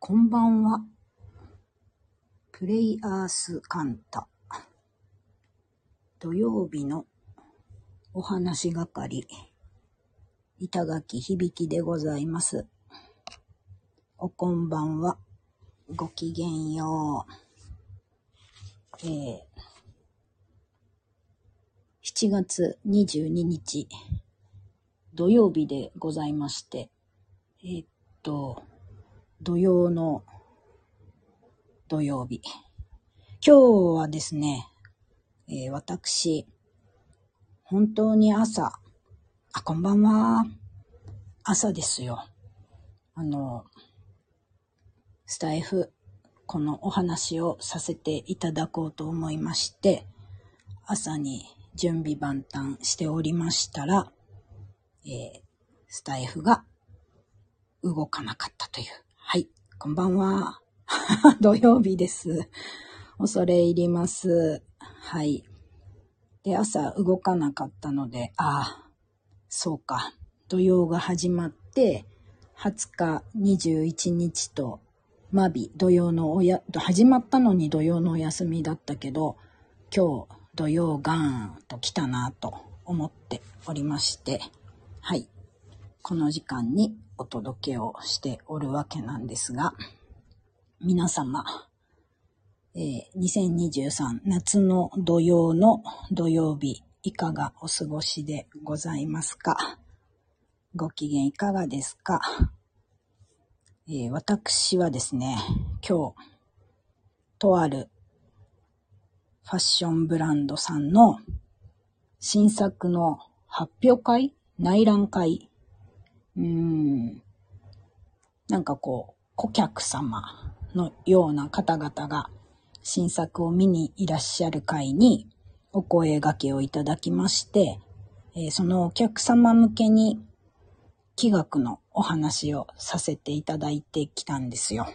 こんばんは。プレイアースカンタ。土曜日のお話係、板垣響でございます。おこんばんは。ごきげんよう。7月22日、土曜日でございまして、土曜の土曜日。今日はですね、私、本当に朝、こんばんは。朝ですよ。スタイフ、このお話をさせていただこうと思いまして、朝に準備万端しておりましたら、スタイフが動かなかったという。はい、こんばんは。土曜日です。恐れ入ります。はい。で、朝動かなかったので、そうか。土曜が始まって、20日、21日と、土曜の始まったのに土曜のお休みだったけど、今日土曜ガーンと来たなと思っておりまして、はい。この時間にお届けをしておるわけなんですが、皆様、2023夏の土曜の土曜日、いかがお過ごしでございますか？ご機嫌いかがですか？私はですね、今日、とあるファッションブランドさんの新作の発表会？内覧会？なんか顧客様のような方々が新作を見にいらっしゃる会にお声掛けをいただきまして、そのお客様向けに企画のお話をさせていただいてきたんですよ。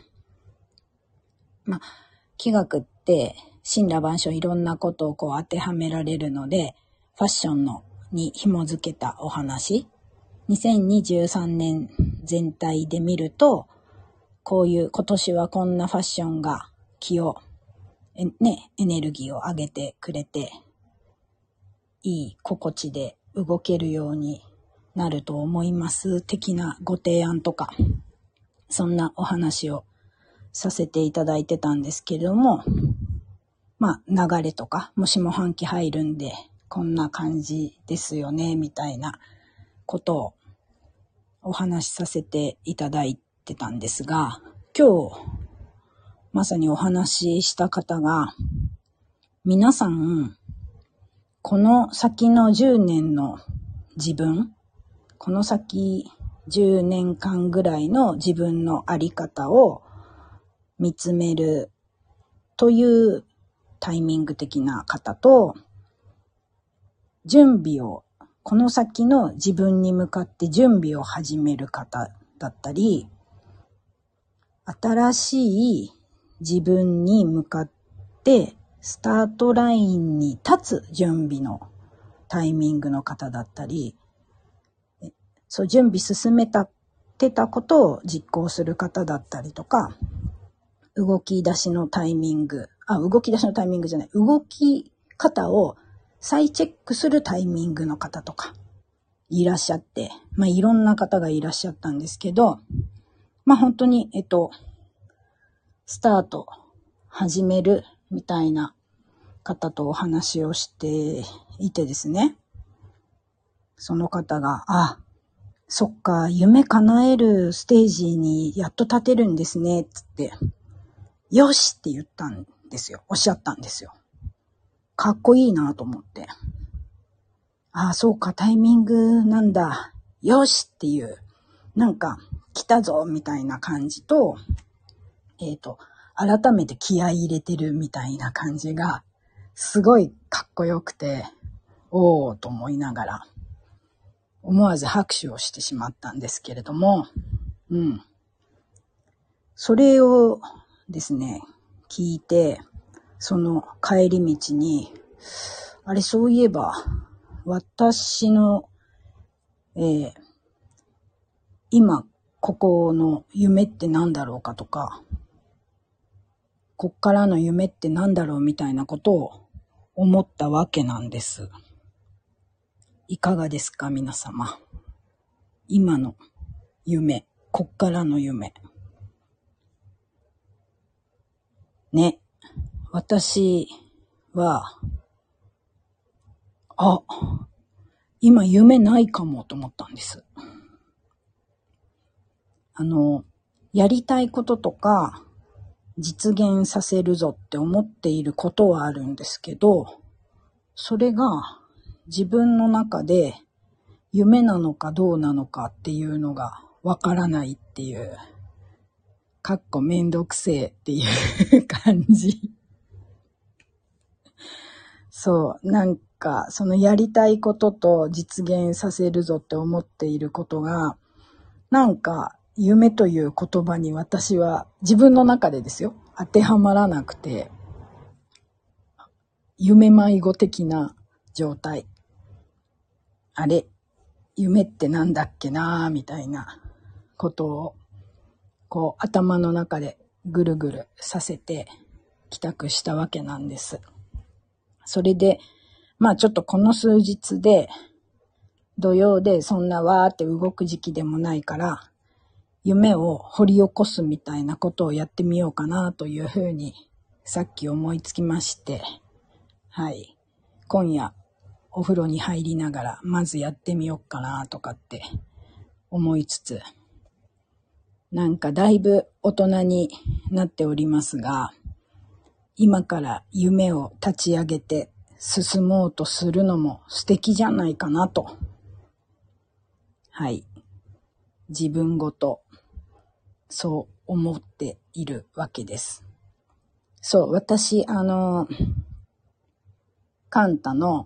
企画って森羅万象いろんなことを当てはめられるので、ファッションに紐づけたお話、2023年全体で見ると、こういう今年はこんなファッションがエネルギーを上げてくれて、いい心地で動けるようになると思います的なご提案とか、そんなお話をさせていただいてたんですけれども、流れとか、もしも半期入るんで、こんな感じですよね、みたいなことをお話しさせていただいてたんですが、今日、まさにお話しした方が、皆さん、この先の10年の自分、この先10年間ぐらいの自分のあり方を見つめるというタイミング的な方と、この先の自分に向かって準備を始める方だったり、新しい自分に向かってスタートラインに立つ準備のタイミングの方だったり、そう準備進めてたことを実行する方だったりとか、動き出し方を再チェックするタイミングの方とかいらっしゃって、いろんな方がいらっしゃったんですけど、本当にスタート始めるみたいな方とお話をしていてですね、その方がそっか、夢叶えるステージにやっと立てるんですねつって、よしって言ったんですよ。おっしゃったんですよ。かっこいいなと思って。そうか、タイミングなんだ。よしっていう、来たぞみたいな感じと、改めて気合い入れてるみたいな感じが、すごいかっこよくて、おーと思いながら、思わず拍手をしてしまったんですけれども、それをですね、聞いて、その帰り道に、そういえば、私の、今ここの夢って何だろうかとか、こっからの夢って何だろうみたいなことを思ったわけなんです。いかがですか皆様。今の夢、こっからの夢。ね。私は、今夢ないかもと思ったんです。やりたいこととか実現させるぞって思っていることはあるんですけど、それが自分の中で夢なのかどうなのかっていうのがわからないっていう、めんどくせえっていう感じ。そう、なんかそのやりたいことと実現させるぞって思っていることが、なんか夢という言葉に私は自分の中でですよ、当てはまらなくて、夢迷子的な状態。あれ、夢ってなんだっけなーみたいなことをこう頭の中でぐるぐるさせて帰宅したわけなんです。それでちょっとこの数日で土曜でそんなわーって動く時期でもないから、夢を掘り起こすみたいなことをやってみようかなというふうにさっき思いつきまして、はい。今夜お風呂に入りながらまずやってみようかなとかって思いつつ、なんかだいぶ大人になっておりますが、今から夢を立ち上げて進もうとするのも素敵じゃないかなと。はい。自分ごとそう思っているわけです。そう、私、カンタの、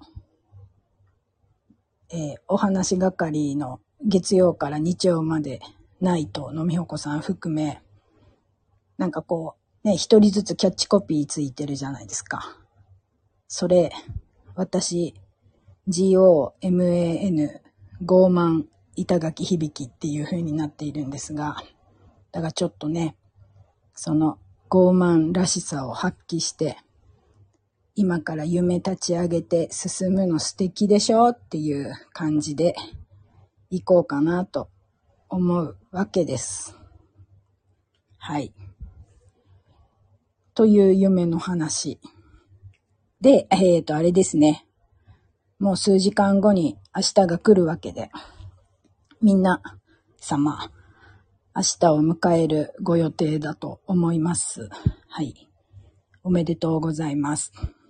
お話係の月曜から日曜までナイトのみほこさん含め、なんかこう、ね、一人ずつキャッチコピーついてるじゃないですか。それ、私、GOMAN、傲慢、板垣響っていう風になっているんですが、だからちょっとね、その傲慢らしさを発揮して、今から夢立ち上げて進むの素敵でしょっていう感じで行こうかなと思うわけです。はい。という夢の話。で、あれですね。もう数時間後に明日が来るわけで、みんな様、明日を迎えるご予定だと思います。はい。おめでとうございます。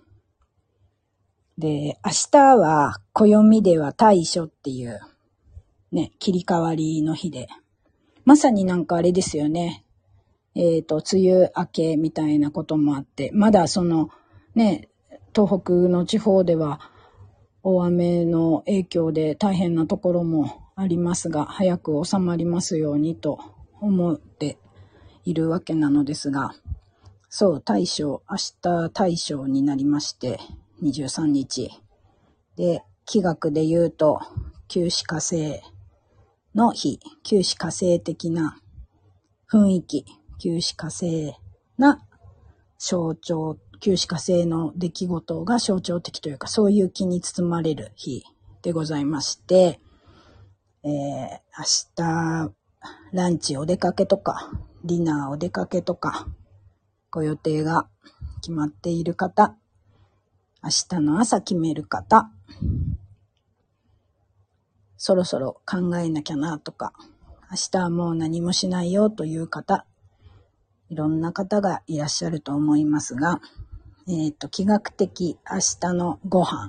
で、明日は暦では大暑っていうね、切り替わりの日で、まさになんかあれですよね。梅雨明けみたいなこともあって、まだそのね、東北の地方では大雨の影響で大変なところもありますが、早く収まりますようにと思っているわけなのですが、そう、大暑、明日大暑になりまして、23日。で、気学で言うと、九死火星の日、九死火星的な雰囲気、九死火星な象徴、九死火星の出来事が象徴的というか、そういう気に包まれる日でございまして、明日、ランチお出かけとか、ディナーお出かけとか、ご予定が決まっている方、明日の朝決める方、そろそろ考えなきゃなとか、明日はもう何もしないよという方、いろんな方がいらっしゃると思いますが、気学的明日のご飯、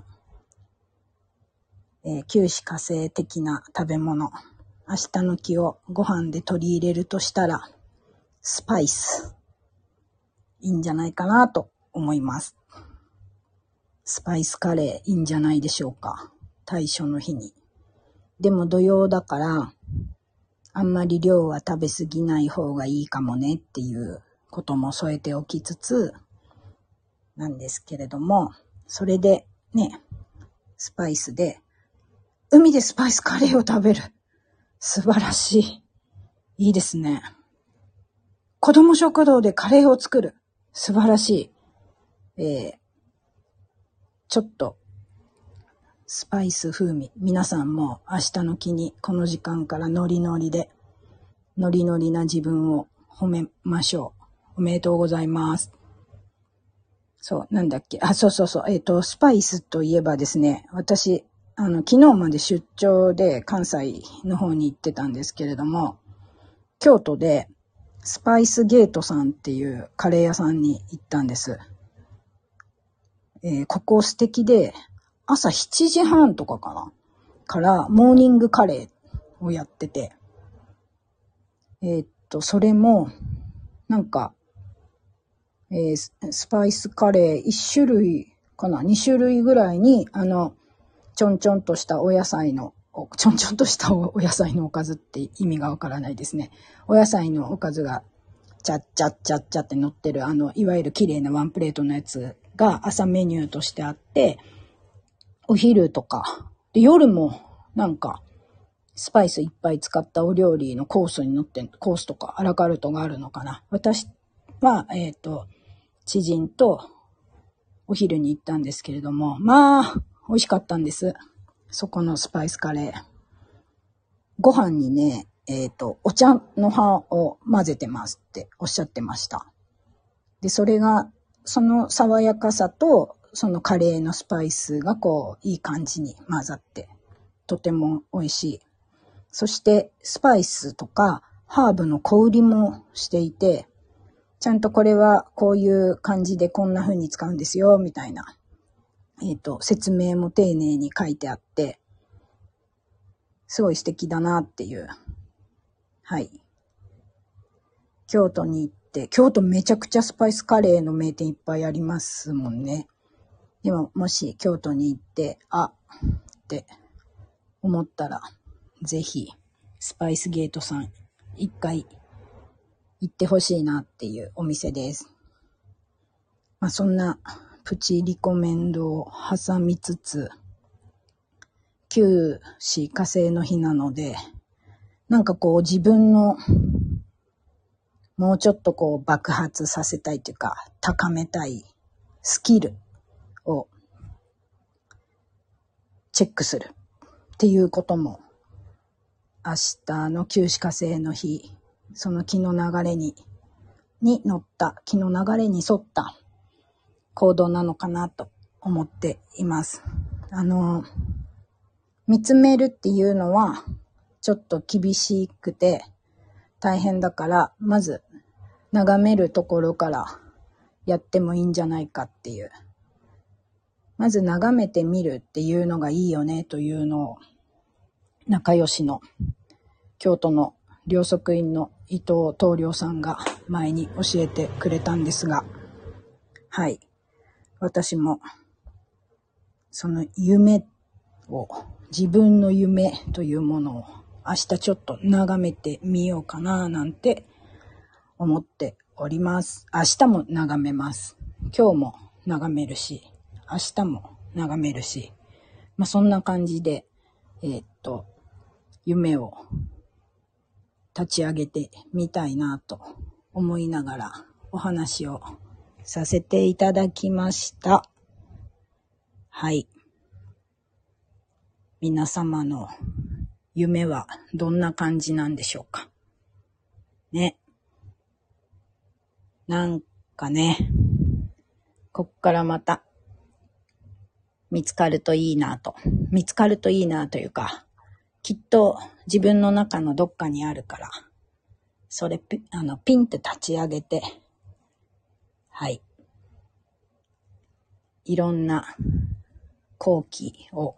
九死火星的な食べ物、明日の気をご飯で取り入れるとしたら、スパイス、いいんじゃないかなと思います。スパイスカレーいいんじゃないでしょうか。大暑の日に。でも土曜だから、あんまり量は食べ過ぎない方がいいかもねっていうことも添えておきつつ、なんですけれども、それでね、スパイスで、海でスパイスカレーを食べる。素晴らしい。 いいですね。子供食堂でカレーを作る。素晴らしい。ちょっと、スパイス風味。皆さんも明日の気に、この時間からノリノリな自分を褒めましょう。おめでとうございます。そう、なんだっけ。そう。スパイスといえばですね、私、昨日まで出張で関西の方に行ってたんですけれども、京都でスパイスゲートさんっていうカレー屋さんに行ったんです。ここ素敵で、朝7時半とかかなからモーニングカレーをやってて、それも、なんか、スパイスカレー1種類かな ?2 種類ぐらいに、ちょんちょんとしたお野菜のおかずって意味がわからないですね。お野菜のおかずが、チャッチャッチャッチャって乗ってる、いわゆる綺麗なワンプレートのやつが朝メニューとしてあって、お昼とか、で夜もなんか、スパイスいっぱい使ったお料理のコースに乗って、コースとかアラカルトがあるのかな。私は、知人とお昼に行ったんですけれども、まあ、美味しかったんです。そこのスパイスカレー。ご飯にね、お茶の葉を混ぜてますっておっしゃってました。で、それが、その爽やかさと、そのカレーのスパイスがこう、いい感じに混ざって、とても美味しい。そして、スパイスとか、ハーブの小売りもしていて、ちゃんとこれはこういう感じでこんな風に使うんですよ、みたいな、説明も丁寧に書いてあって、すごい素敵だなっていう。はい。京都に行って、京都めちゃくちゃスパイスカレーの名店いっぱいありますもんね。でも、もし京都に行って、って思ったら、ぜひ、スパイスゲートさん、一回行ってほしいなっていうお店です。まあ、そんなプチリコメンドを挟みつつ、旧死火星の日なので、なんかこう自分のもうちょっとこう爆発させたいというか、高めたいスキルをチェックするっていうことも、明日の旧死火星の日、その気の流れに乗った、気の流れに沿った行動なのかなと思っています。見つめるっていうのはちょっと厳しくて大変だから、まず眺めるところからやってもいいんじゃないかっていう。まず眺めてみるっていうのがいいよねというのを、仲良しの京都の両足院の伊藤東良さんが前に教えてくれたんですが、はい。私もその夢を、自分の夢というものを明日ちょっと眺めてみようかななんて思っております。明日も眺めます。今日も眺めるし、明日も眺めるし、まあそんな感じで、夢を立ち上げてみたいなと思いながらお話をさせていただきました。はい。皆様の夢はどんな感じなんでしょうか。ね。なんかね、こっからまた見つかるといいなというか、きっと自分の中のどっかにあるから、それピンって立ち上げて、はい。いろんな好機を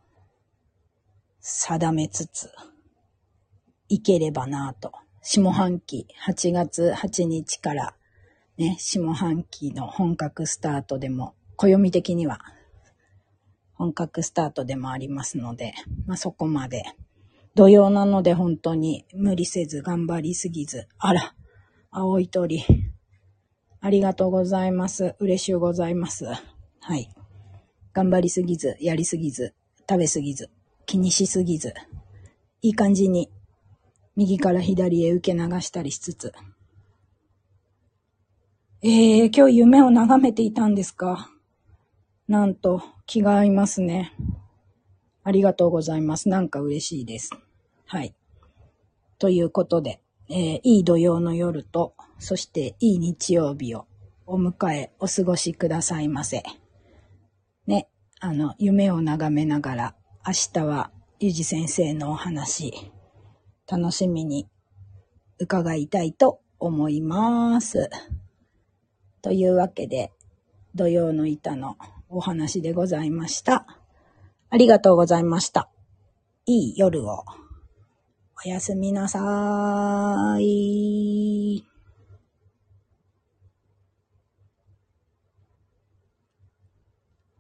定めつついければなと。下半期8月8日からね、下半期の本格スタートでも、暦的には本格スタートでもありますので、まあそこまで土曜なので本当に無理せず頑張りすぎず、あら、青い鳥、ありがとうございます。嬉しゅうございます。はい。頑張りすぎず、やりすぎず、食べすぎず、気にしすぎず、いい感じに右から左へ受け流したりしつつ。今日夢を眺めていたんですか？なんと、気が合いますね。ありがとうございます。なんか嬉しいです。はい。ということで、いい土曜の夜と、そしていい日曜日をお迎え、お過ごしくださいませ。ね、夢を眺めながら、明日はゆじ先生のお話、楽しみに伺いたいと思います。というわけで、土曜の板のお話でございました。ありがとうございました。いい夜を。おやすみなさーい。